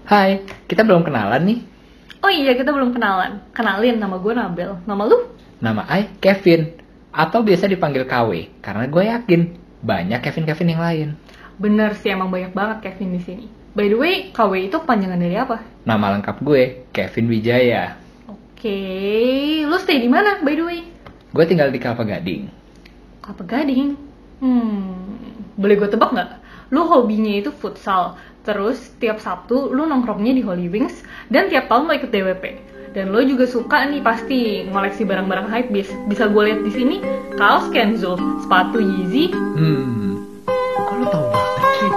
Hai, kita belum kenalan nih. Oh iya, kita belum kenalan. Kenalin, nama gue Nabel. Nama lu? Nama I, Kevin. Atau biasa dipanggil KW, karena gue yakin banyak Kevin-Kevin yang lain. Bener sih, emang banyak banget Kevin di sini. By the way, KW itu kepanjangan dari apa? Nama lengkap gue, Kevin Wijaya. Oke, lu stay di mana by the way? Gue tinggal di Kelapa Gading. Kelapa Gading? Boleh gue tebak nggak? Lu hobinya itu futsal. Terus tiap Sabtu lu nongkrongnya di Holy Wings. Dan tiap tahun lo ikut DWP. Dan lo juga suka nih pasti ngoleksi barang-barang hypebeast. Bisa gue lihat di sini kaos Kenzo, sepatu Yeezy. Kok lu tahu banget sih?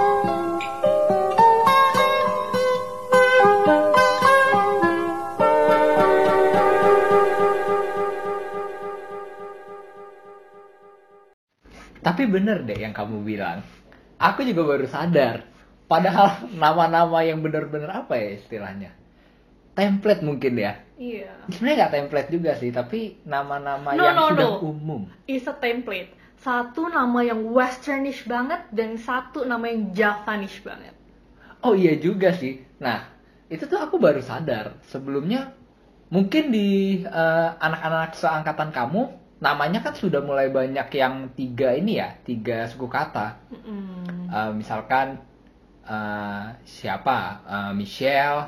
Tapi bener deh yang kamu bilang. Aku juga baru sadar. Padahal nama-nama yang bener-bener apa ya istilahnya? Template mungkin ya. Iya. Sebenarnya nggak template juga sih, tapi nama-nama yang sudah umum. It's a template. Satu nama yang westernish banget dan satu nama yang Javanish banget. Oh iya juga sih. Nah, itu tuh aku baru sadar. Sebelumnya mungkin di anak-anak seangkatan kamu namanya kan sudah mulai banyak yang tiga suku kata. Misalkan siapa? Michelle,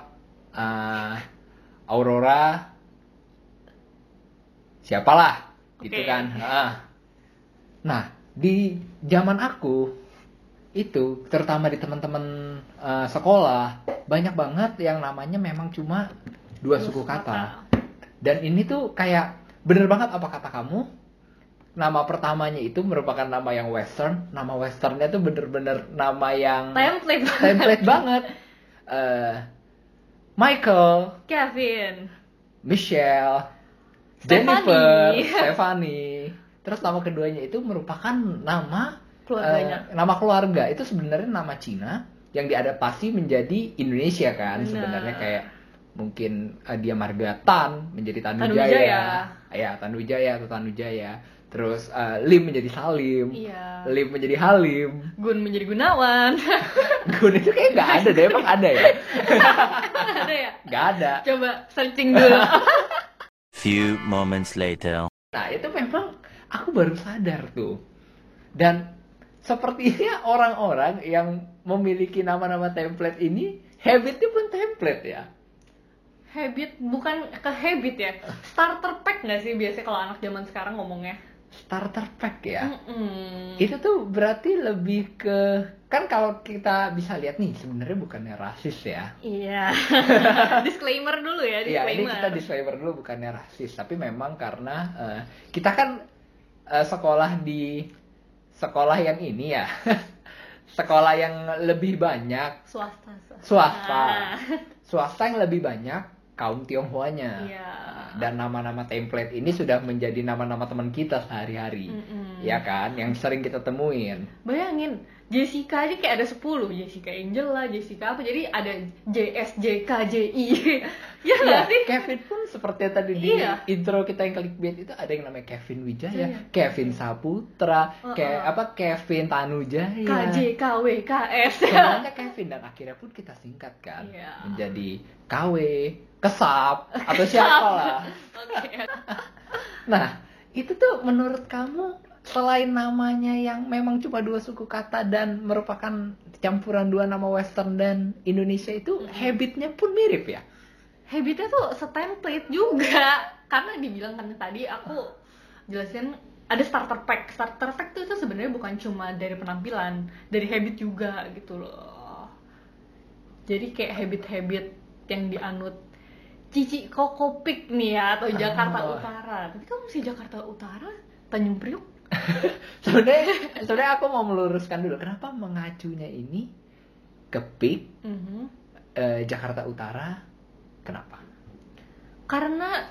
Aurora, siapalah, gitu kan. Nah, di zaman aku itu, terutama di teman-teman sekolah, banyak banget yang namanya memang cuma dua suku kata. Dan ini tuh kayak bener banget apa kata kamu. Nama pertamanya itu merupakan nama yang western. Nama westernnya tuh bener-bener nama yang template banget. Michael, Kevin, Michelle, Jennifer, Stephanie. Terus nama keduanya itu merupakan nama keluarga. Itu sebenarnya nama Cina yang diadaptasi menjadi Indonesia kan. Sebenarnya kayak mungkin dia marga Tan menjadi Tanujaya. Ya, Tanujaya atau Tanujaya. Terus Lim menjadi Salim, Lim menjadi Halim, Gun menjadi Gunawan. Gun itu kayak nggak ada deh, emang ada ya? Ada ya? Nggak ada. Coba searching dulu. Few moments later. Nah itu memang aku baru sadar tuh. Dan sepertinya orang-orang yang memiliki nama-nama template ini habitnya pun template ya. Habit, bukan ke habit ya. Starter pack nggak sih biasanya kalau anak zaman sekarang ngomongnya? Starter pack ya. Itu tuh berarti lebih ke, kan kalau kita bisa lihat nih sebenarnya bukannya rasis ya. Iya. Disclaimer dulu ya. Iya, ini kita disclaimer dulu, bukannya rasis, tapi memang karena kita kan sekolah di sekolah yang ini ya. Sekolah yang lebih banyak swasta yang lebih banyak kaum Tionghoanya. Dan nama-nama template ini sudah menjadi nama-nama teman kita sehari-hari. Ya kan, yang sering kita temuin. Bayangin, Jessica aja kayak ada 10. Jessica Angela, Jessica apa, jadi ada JS, JK, JI. Ya nggak sih? Kevin pun seperti yang tadi di intro kita yang clickbait itu ada yang namanya Kevin Wijaya, Kevin Saputra, Kevin Tanujaya, KJ, KW, KS. semuanya Kevin, dan akhirnya pun kita singkat kan menjadi KW, Kesap, atau siapalah. Nah, itu tuh menurut kamu selain namanya yang memang cuma dua suku kata dan merupakan campuran dua nama western dan Indonesia itu habitnya pun mirip ya? Habitnya tuh setemplate juga. Karena dibilang kan tadi aku jelasin ada starter pack. Starter pack tuh itu sebenarnya bukan cuma dari penampilan, dari habit juga gitu loh. Jadi kayak habit-habit yang dianut Cici Kokopik nih ya, atau Jakarta Utara. Tapi kamu sih Jakarta Utara, Tanjung Priok. Sebenarnya aku mau meluruskan dulu kenapa mengacunya ini ke PIK Jakarta Utara. Kenapa? Karena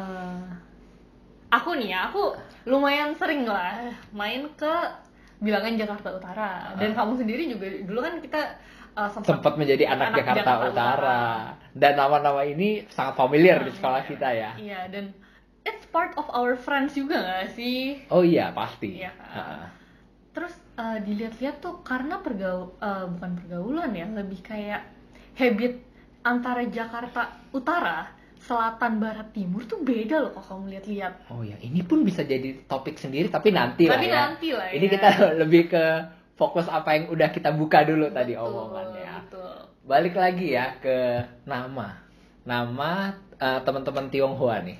aku lumayan sering lah main ke bilangan Jakarta Utara. Dan kamu sendiri juga dulu kan kita sempat menjadi anak Jakarta Utara. Dan nama-nama ini sangat familiar di sekolah kita ya. Iya, dan it's part of our friends juga nggak sih? Oh iya, pasti. Iya. Terus dilihat-lihat tuh karena bukan pergaulan ya, lebih kayak habit antara Jakarta Utara, Selatan, Barat, Timur tuh beda loh kalau kamu lihat-lihat. Oh ya, ini pun bisa jadi topik sendiri tapi nanti lah Tapi ya. nanti lah Ini ya. kita lebih ke fokus apa yang udah kita buka dulu tadi Betul, omongannya. betul. Balik lagi ya ke nama. Nama teman-teman Tionghoa nih.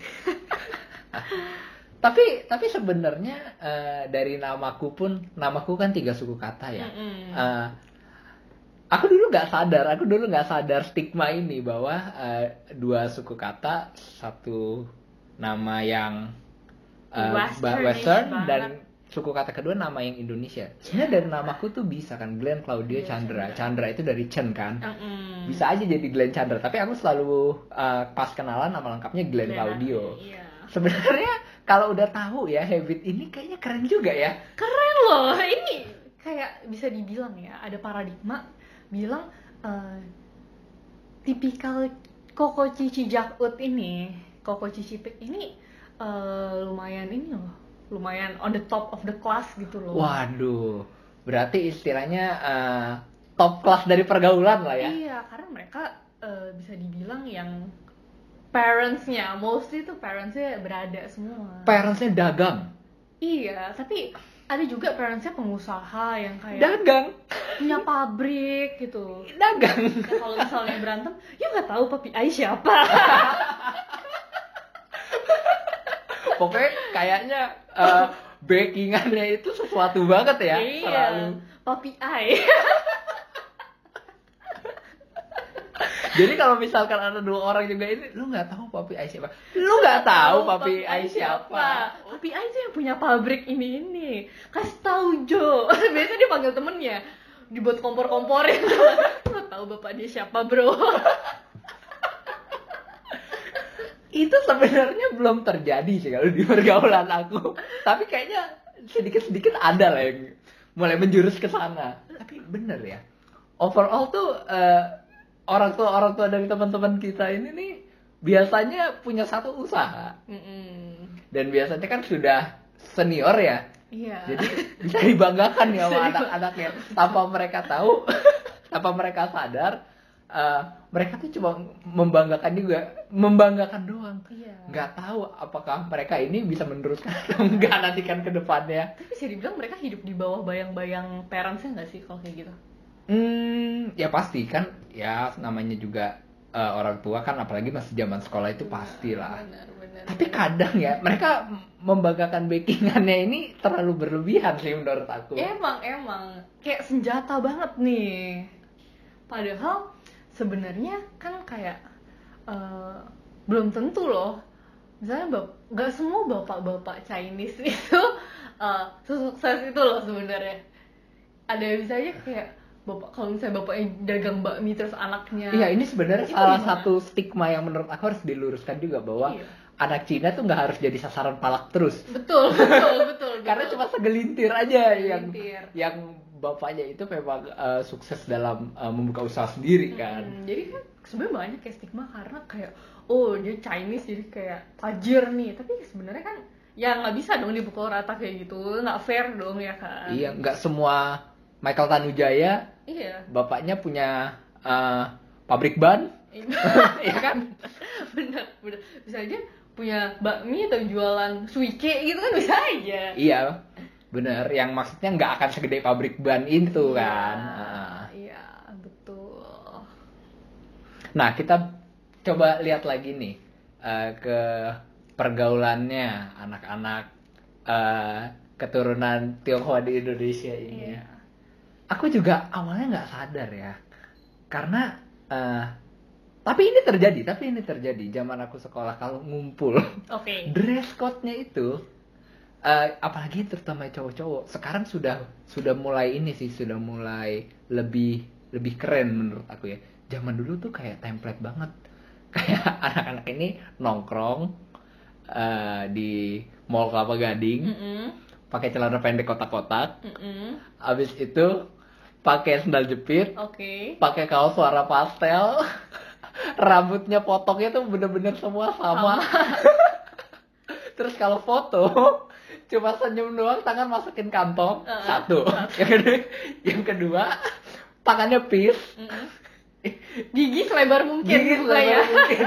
Tapi sebenarnya dari namaku kan 3 suku kata ya. Aku dulu nggak sadar stigma ini bahwa 2 suku kata, satu nama yang Western banget. dan suku kata kedua nama yang Indonesia. Sebenarnya dari namaku tuh bisa kan Glenn Claudio Chandra. Chandra itu dari Chen kan. Bisa aja jadi Glenn Chandra. Tapi aku selalu pas kenalan nama lengkapnya Glenn Claudio. Iya. Sebenarnya kalau udah tahu ya habit ini kayaknya keren juga ya. Keren loh, ini kayak bisa dibilang ya, ada paradigma bilang tipikal Koko Cici Jakut ini, Koko Cici Pik ini lumayan ini loh, lumayan on the top of the class gitu loh. Waduh, berarti istilahnya top kelas dari pergaulan lah ya. Iya, karena mereka bisa dibilang yang parentsnya, mostly tuh parentsnya berada semua. Parentsnya dagang. Iya, tapi ada juga parentsnya pengusaha yang kayak Dagang. punya pabrik gitu. Dagang. Ya, kalau misalnya berantem, ya nggak tahu papi Ai siapa. Pokoknya kayaknya backingannya itu sesuatu banget ya. Iya, Selalu. papi Ai. Jadi kalau misalkan ada 2 orang juga ini, lu nggak tahu papi Ai siapa? Lu nggak tahu papi Ai siapa? Papi Ai tuh yang punya pabrik ini. Kasih tahu Jo. Biasanya dia panggil temennya, dibuat kompor-komporin. Nggak tahu bapak dia siapa bro. Itu sebenarnya belum terjadi sih kalau di pergaulan aku. Tapi kayaknya sedikit-sedikit ada lah yang mulai menjurus ke sana. Tapi bener ya. Overall tuh orang tua dari teman-teman kita ini nih biasanya punya satu usaha. Dan biasanya kan sudah senior ya. Iya. Jadi bisa dibanggakan ya sama anak-anaknya tanpa mereka tahu, tanpa mereka sadar. Mereka tuh cuma membanggakan doang. Iya. Nggak tahu apakah mereka ini bisa meneruskan atau enggak nanti kan ke depannya. Tapi bisa dibilang mereka hidup di bawah bayang-bayang parentsnya nggak sih kalau kayak gitu? Ya pasti kan, ya namanya juga orang tua kan, apalagi masih zaman sekolah itu pastilah. Benar. Tapi kadang ya mereka membanggakan backingannya ini terlalu berlebihan sih menurut aku. Emang kayak senjata banget nih. Padahal sebenarnya kan kayak belum tentu loh. Misalnya nggak semua bapak-bapak Chinese itu sukses itu loh sebenarnya. Ada misalnya kayak bapak, kalau misalnya bapaknya dagang bakmi terus anaknya. Iya, ini sebenarnya Itu salah gimana? satu stigma yang menurut aku harus diluruskan juga, bahwa Iya. anak Cina tuh nggak harus jadi sasaran palak terus. Betul. Karena cuma segelintir aja Segelintir. yang bapaknya itu memang sukses dalam membuka usaha sendiri kan. Jadi kan sebenarnya banyak kayak stigma karena kayak oh dia Chinese jadi kayak tajir nih, tapi sebenarnya kan ya nggak bisa dong dipukul rata kayak gitu, nggak fair dong ya kan. Iya, nggak semua Michael Tanujaya Iya. bapaknya punya pabrik ban, ya kan? bener bisa aja punya bakmi atau jualan suike gitu kan, bisa aja. Iya, bener. Yang maksudnya nggak akan segede pabrik ban itu kan. Iya betul. Nah, kita coba lihat lagi nih ke pergaulannya anak-anak keturunan Tionghoa di Indonesia ini. Iya. Aku juga awalnya nggak sadar ya, karena tapi ini terjadi zaman aku sekolah kalau ngumpul. Oke. Dress code-nya itu apalagi terutama cowok-cowok sekarang sudah mulai ini sih, sudah mulai lebih keren menurut aku ya. Zaman dulu tuh kayak template banget. Kayak anak-anak ini nongkrong di Mall Kelapa Gading, pakai celana pendek kotak-kotak. Abis itu pakai sandal jepit, Oke. pakai kaos warna pastel. Rambutnya potongnya tuh bener-bener semua sama. Terus kalau foto cuma senyum doang, tangan masukin kantong. Satu. Yang kedua tangannya peace. Gigi selebar mungkin. Gigi lah ya. selebar mungkin.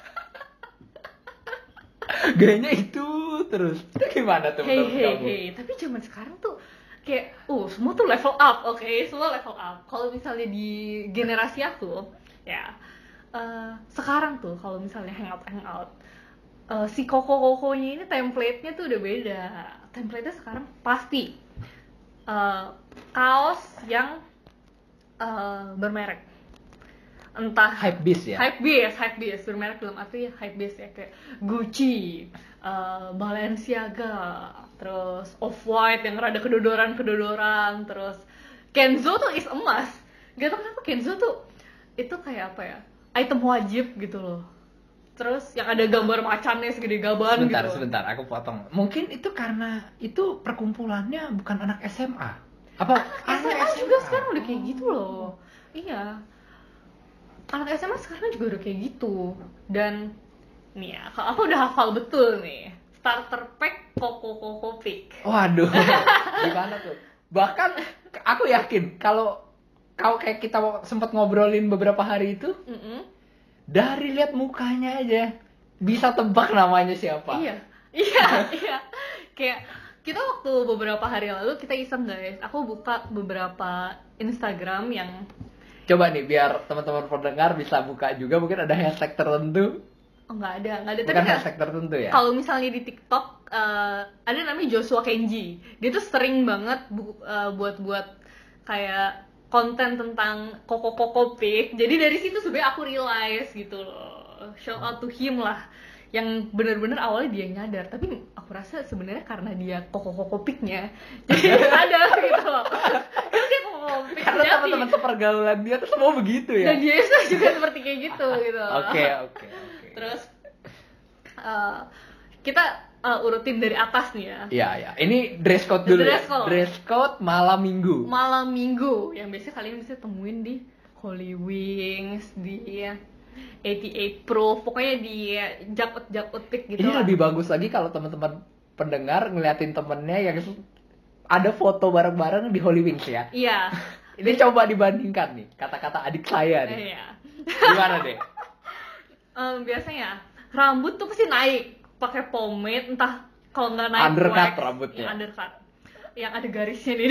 Gayanya itu terus. Itu gimana tuh menurut kamu? Hey, tapi zaman sekarang tuh kayak semua tuh level up, oke? Semua level up. Kalau misalnya di generasi aku, ya sekarang tuh kalau misalnya hangout, si koko-kokonya ini template-nya tuh udah beda. Template-nya sekarang pasti kaos yang bermerek. Entah Hypebeast ya? Hypebeast bermerek dalam arti Hypebeast ya, kayak Gucci, Balenciaga, terus Off-White yang rada kedodoran, terus Kenzo tuh is emas. Gak tau kenapa Kenzo tuh itu kayak apa ya, item wajib gitu loh. Terus yang ada gambar macannya segede gaban gitu. Sebentar, aku potong. Mungkin itu karena itu perkumpulannya bukan anak SMA. Apa? SMA juga sekarang udah kayak gitu loh. Iya. Anak SMA sekarang juga udah kayak gitu. Dan nih ya, aku udah hafal betul nih. Starter pack Koko Pick. Waduh. Gimana tuh? Bahkan aku yakin kalau kayak kita sempat ngobrolin beberapa hari itu, dari lihat mukanya aja bisa tebak namanya siapa. Iya. Kayak kita waktu beberapa hari lalu kita iseng guys. Aku buka beberapa Instagram yang coba nih biar teman-teman pendengar bisa buka juga, mungkin ada hashtag tertentu. Oh, nggak ada. Bukan Tapi hashtag tertentu ya. Kalau misalnya di TikTok ada namanya Joshua Kenji. Dia tuh sering banget buat kayak konten tentang Koko Pick. Jadi dari situ sebenarnya aku realize gitu loh. Shout out to him lah. Yang benar-benar awalnya dia nyadar, tapi aku rasa sebenarnya karena dia Koko Pick-nya jadi dia sadar gitu loh. Karena teman-teman sepergaulan dia tuh semua begitu ya. Dan dia juga seperti kayak gitu gitu. Oke. Terus kita urutin dari atas nih ya. Iya. Ini dress code dulu. Dress code malam minggu. Malam minggu yang biasanya kalian bisa temuin di Holy Wings, di 88 Pro, pokoknya di Jakut Pick gitu. Ini lah. lebih bagus lagi kalau teman-teman pendengar ngeliatin temennya yang ada foto bareng-bareng di Holy Wings ya. Iya. Ini coba dibandingkan nih kata-kata adik saya nih. Iya. Gimana deh? Biasanya rambut tuh pasti naik pakai pomade, entah kalau nggak naik undercut wax, rambutnya. Ya, undercut. Yang ada garisnya nih.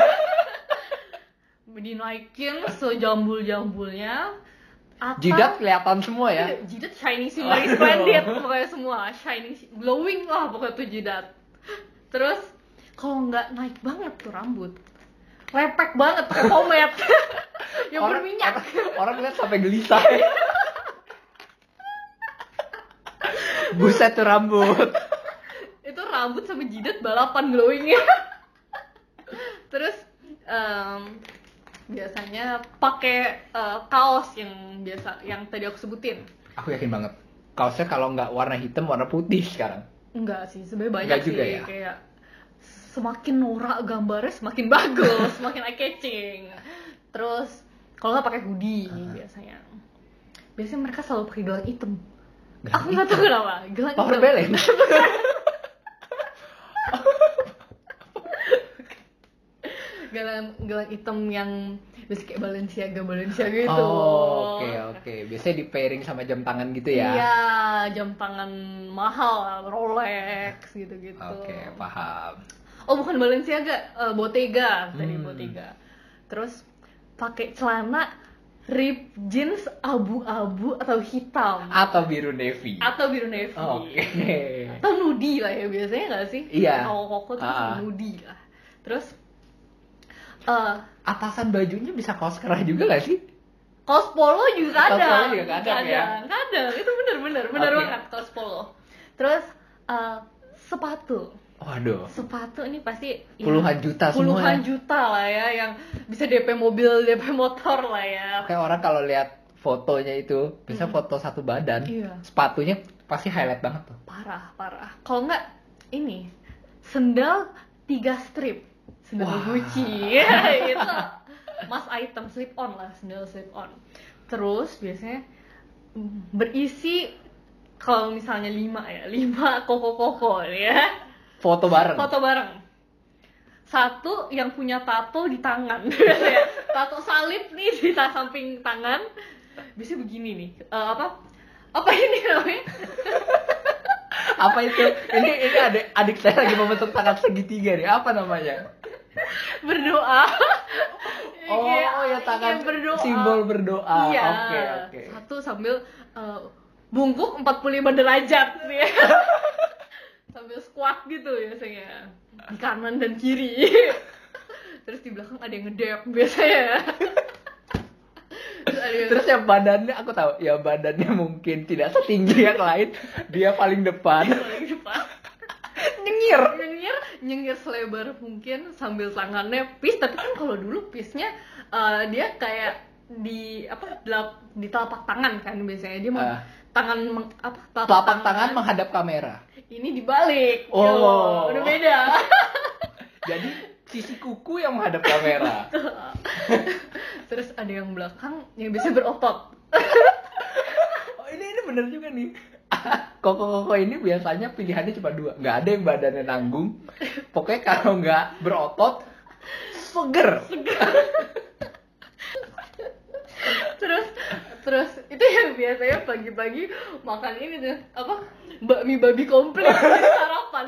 Dinaikin sejambul-jambulnya. Jidat kelihatan semua ya. Jidat shiny shimmery splendid pokoknya semua, shining glowing lah pokoknya tuh jidat. Terus kalau nggak naik banget tuh rambut, lepek banget pakai pomade yang berminyak. Orang lihat sampai gelisah. Buset tuh rambut. Itu rambut sama jidat balapan glowingnya. Terus biasanya pakai kaos yang tadi aku sebutin. Aku yakin banget kaosnya kalau nggak warna hitam warna putih sekarang. Enggak sih, sebenarnya banyak Enggak sih juga ya? Kayak semakin norak gambarnya semakin bagus, semakin eye catching. Terus kalau nggak pakai hoodie biasanya mereka selalu pakai gelang hitam. Aku nggak tahu kenapa gelang Power hitam. balance. gelang hitam yang biasa kayak Balenciaga gitu. Oh, oke. Biasanya di pairing sama jam tangan gitu ya. Iya, jam tangan mahal, Rolex gitu-gitu. Oke, paham. Oh, bukan Balenciaga, Bottega tadi Bottega. Terus pakai celana rip jeans abu-abu atau hitam Atau biru navy. Oke. Atau nudi lah ya biasanya nggak sih? Iya. Koko tuh nudi lah. Terus atasan bajunya bisa kaos kerah juga nggak sih? kaos polo juga Kaos ada. polo juga kadang ya? Kadang, itu bener Oke. banget kaos polo. Terus sepatu. Waduh. Sepatu ini pasti Puluhan juta semua. Puluhan juta lah ya, yang bisa DP mobil, DP motor lah ya. Kayak orang kalau lihat fotonya itu, bisa foto satu badan. Iya. Sepatunya pasti highlight banget tuh. Parah. Kalau nggak ini sendal 3 strip, sendal Wah. Gucci. Ya, itu mas item slip on lah, sendal slip on. Terus biasanya berisi kalau misalnya 5 koko ya. Foto bareng. satu yang punya tato di tangan. Biasanya tato salib nih di samping tangan. Biasanya begini nih. Apa ini namanya? Apa itu? Ini adik saya lagi membentuk tangan segitiga nih. Apa namanya? Berdoa. Oh, ya tangan berdoa. Simbol berdoa. Iya. Oke. Satu sambil bungkuk 45 derajat ya. Sambil squat gitu biasanya. Di kanan dan kiri. Terus di belakang ada yang ngedep biasanya. Terus yang badannya aku tahu, ya badannya mungkin tidak setinggi yang lain, dia paling depan. Nyengir selebar mungkin sambil tangannya peace, tapi kan kalau dulu peace-nya dia kayak di telapak tangan kan biasanya dia telapak tangan menghadap kamera. Ini dibalik. Oh, udah beda. Jadi sisi kuku yang menghadap kamera. Terus ada yang belakang yang biasa berotot. Oh, ini bener juga nih. Koko ini biasanya pilihannya cuma 2. Nggak ada yang badannya nanggung. Pokoknya kalau nggak berotot, seger. Terus itu yang biasanya pagi-pagi makan ini tuh bakmi babi komplit sarapan.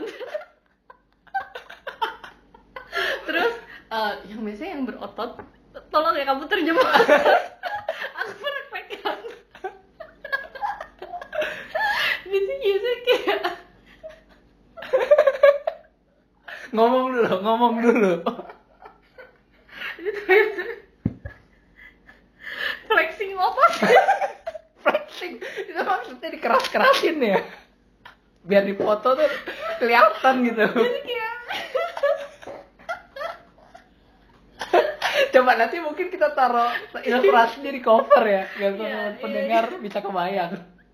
Terus yang biasanya yang berotot, tolong ya kamu terjemah. Aku pernah pegang. Biasanya kayak ngomong dulu. flexing apa sih? Flexing itu maksudnya dikeras-kerasin ya, biar di foto tuh kelihatan gitu. Jadi kayak coba nanti mungkin kita taruh ilustrasinya di cover ya, biar pendengar bisa kebayang.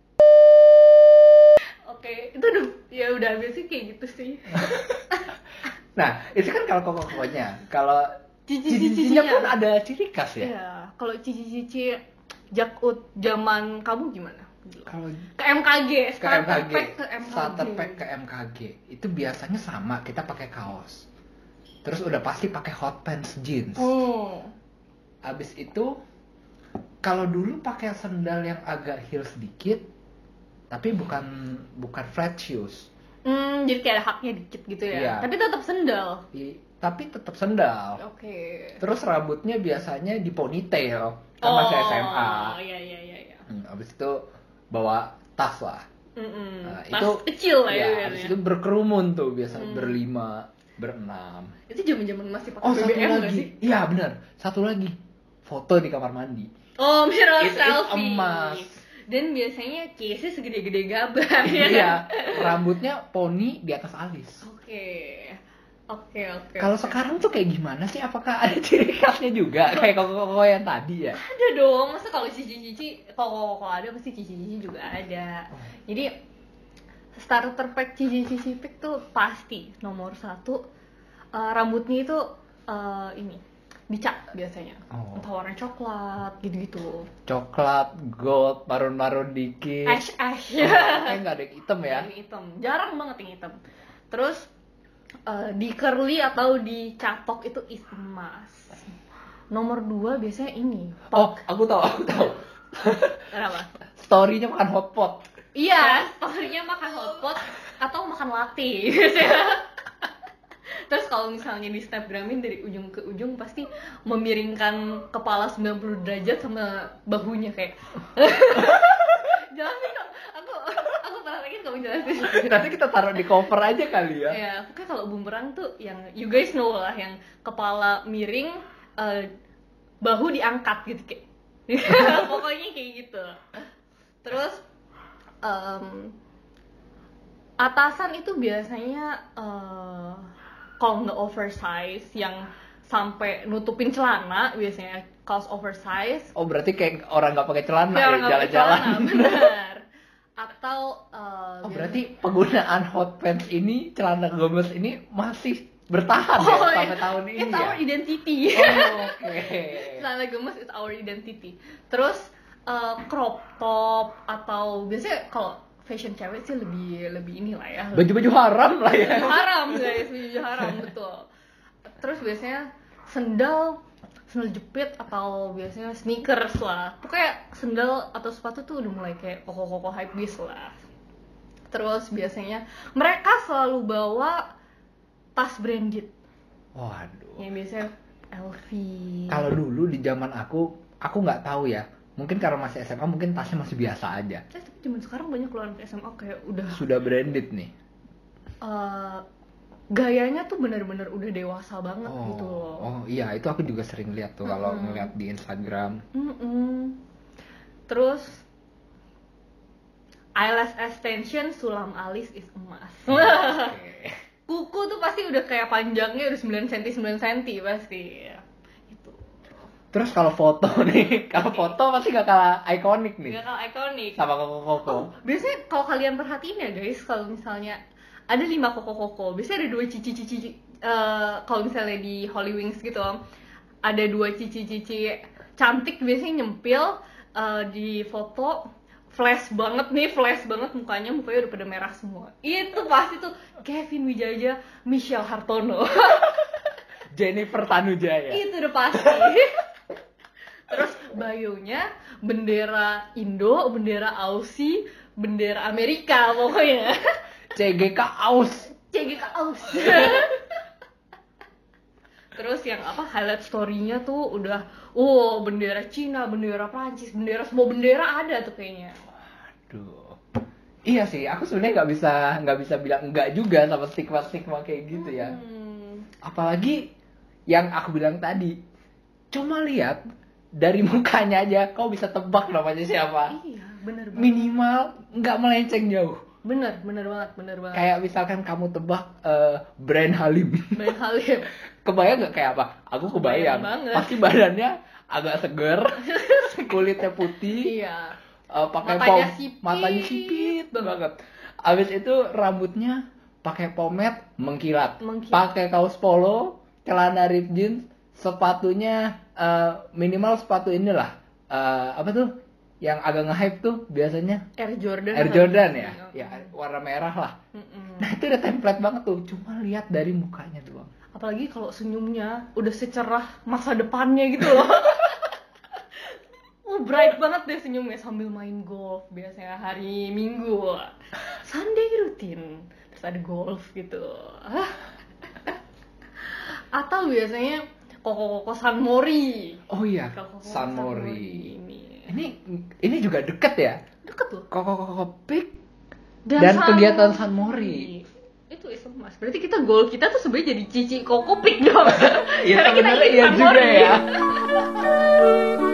Oke, itu udah biasanya kayak gitu sih. Nah, itu kan kalau koko-kokonya. Kalau cici-cicinya pun ada ciri khas ya. Iya, kalau cici-cici Jakut zaman kamu gimana? Kalau ke MKG, starter MKG. pack ke MKG itu biasanya sama, kita pakai kaos. Terus udah pasti pakai hot pants jeans. Abis itu kalau dulu pakai sendal yang agak heels sedikit, tapi bukan flat shoes. Jadi kayak ada haknya dikit gitu ya. Iya. Tapi tetap sendal. Tapi tetap sendal. Oke. Terus rambutnya biasanya di ponytail, kan masih SMA. Iya. Abis itu bawa tas lah. Tas itu kecil lah ya. Abis itu berkerumun tuh biasa berlima, berenam. Itu zaman-zaman masih pakai Satu BBM lagi. sih? Iya benar. Satu lagi. Foto di kamar mandi. Oh, mirror Itu selfie. emas. Dan biasanya case-nya segede-gede gaban ya. Iya. Rambutnya poni di atas alis. Oke. Kalau sekarang tuh kayak gimana sih? Apakah ada ciri khasnya juga kayak koko yang tadi ya? Ada dong. Masa kalau cici-cici, kalau ada pasti cici-cici juga ada. Jadi starter pack cici-cici pack tuh pasti nomor 1 rambutnya itu ini dicat biasanya. Entah warna coklat gitu-gitu. Coklat, gold, marun-marun dikit. Ash. Kayaknya nggak ada yang hitam ya? Yang hitam. Jarang banget yang hitam. Terus di curly atau di catok itu emas. Nomor 2 biasanya ini. Aku tahu. Kenapa? Story-nya makan hotpot. Iya, story-nya makan hotpot atau makan latte. Terus kalau misalnya di snapgramin dari ujung ke ujung pasti memiringkan kepala 90 derajat sama bahunya kayak. Jelasin dong. Aku pernah lagi kamu jelasin. Nanti kita taruh di cover aja kali ya. Ya, pokoknya kalau bumerang tuh yang you guys know lah, yang kepala miring, bahu diangkat gitu kayak. Pokoknya kayak gitu. Terus atasan itu biasanya kalau nggak oversize yang sampai nutupin celana, biasanya kaos oversize. Oh berarti kayak orang nggak pakai celana ya, jalan-jalan. Benar. Atau berarti penggunaan hot pants ini, celana gomes ini masih bertahan sampai tahun ini it's ya? our identity. Oke. Celana gemes is our identity. Terus crop top atau biasanya kalau fashion cewek sih lebih inilah ya. Baju-baju haram lah ya. Haram guys, baju haram betul. Terus biasanya sendal jepit atau biasanya sneakers lah. Pokoknya sendal atau sepatu tuh udah mulai kayak koko hype beast lah. Terus biasanya mereka selalu bawa tas branded. Waduh. Yang biasanya LV. Kalau dulu di zaman aku nggak tahu ya. Mungkin karena masih SMA, mungkin tasnya masih biasa aja. Tapi zaman sekarang banyak keluaran ke SMA kayak udah Sudah branded nih. Gayanya tuh benar-benar udah dewasa banget gitu loh. Oh iya, itu aku juga sering lihat tuh kalau ngeliat di Instagram. Terus eyelash extension, sulam alis is emas. Oke. Kuku tuh pasti udah kayak panjangnya udah 9 cm pasti. Itu. Terus kalau foto nih, kalau foto pasti gak kalah ikonik nih. Gak kalah ikonik. Sama koko-koko. Biasanya kalau kalian perhatiin ya guys, kalau misalnya ada 5 koko-koko, biasanya ada 2 cici-cici. Kalau misalnya di Holy Wings gitu, ada 2 cici-cici cantik biasanya nyempil di foto. Flash banget mukanya udah pada merah semua. Itu pasti tuh Kevin Wijaya, Michelle Hartono. Jennifer Tanujaya. Itu udah pasti. Terus bio-nya bendera Indo, bendera Aussie, bendera Amerika pokoknya. CGK Aus. Terus yang highlight story-nya tuh udah bendera Cina, bendera Prancis, semua bendera ada tuh kayaknya. Waduh. Iya sih, aku sebenarnya nggak bisa bilang enggak juga sama stigma kayak gitu ya. Apalagi yang aku bilang tadi, cuma lihat dari mukanya aja kau bisa tebak namanya siapa. Iya, bener banget. Minimal nggak melenceng jauh. Bener banget. Kayak misalkan kamu tebak brand Halim. Brand Halim. Kebayang nggak kayak apa? Aku kebayang. Banget. Pasti badannya agak seger, kulitnya putih. Iya. Pakai matanya sipit banget. Abis itu rambutnya pakai pomade mengkilat. Pakai kaos polo, celana ripped jeans, sepatunya minimal sepatu inilah. Apa tuh? Yang agak nge-hype tuh biasanya Air Jordan ya? Ya, warna merah lah. Nah, itu udah template banget tuh. Cuma lihat dari mukanya doang. Apalagi kalau senyumnya udah secerah masa depannya gitu loh. Bright banget deh senyumnya sambil main golf biasanya hari Minggu. Sunday rutin, terus ada golf gitu. Atau biasanya koko San Mori. Oh iya, San Mori. Ini juga deket ya? Deket loh. Koko Peak dan kegiatan San Mori. Itu emas. Berarti kita tuh sebenarnya jadi cici Koko Peak dong. Iya, sebenarnya iya juga ya.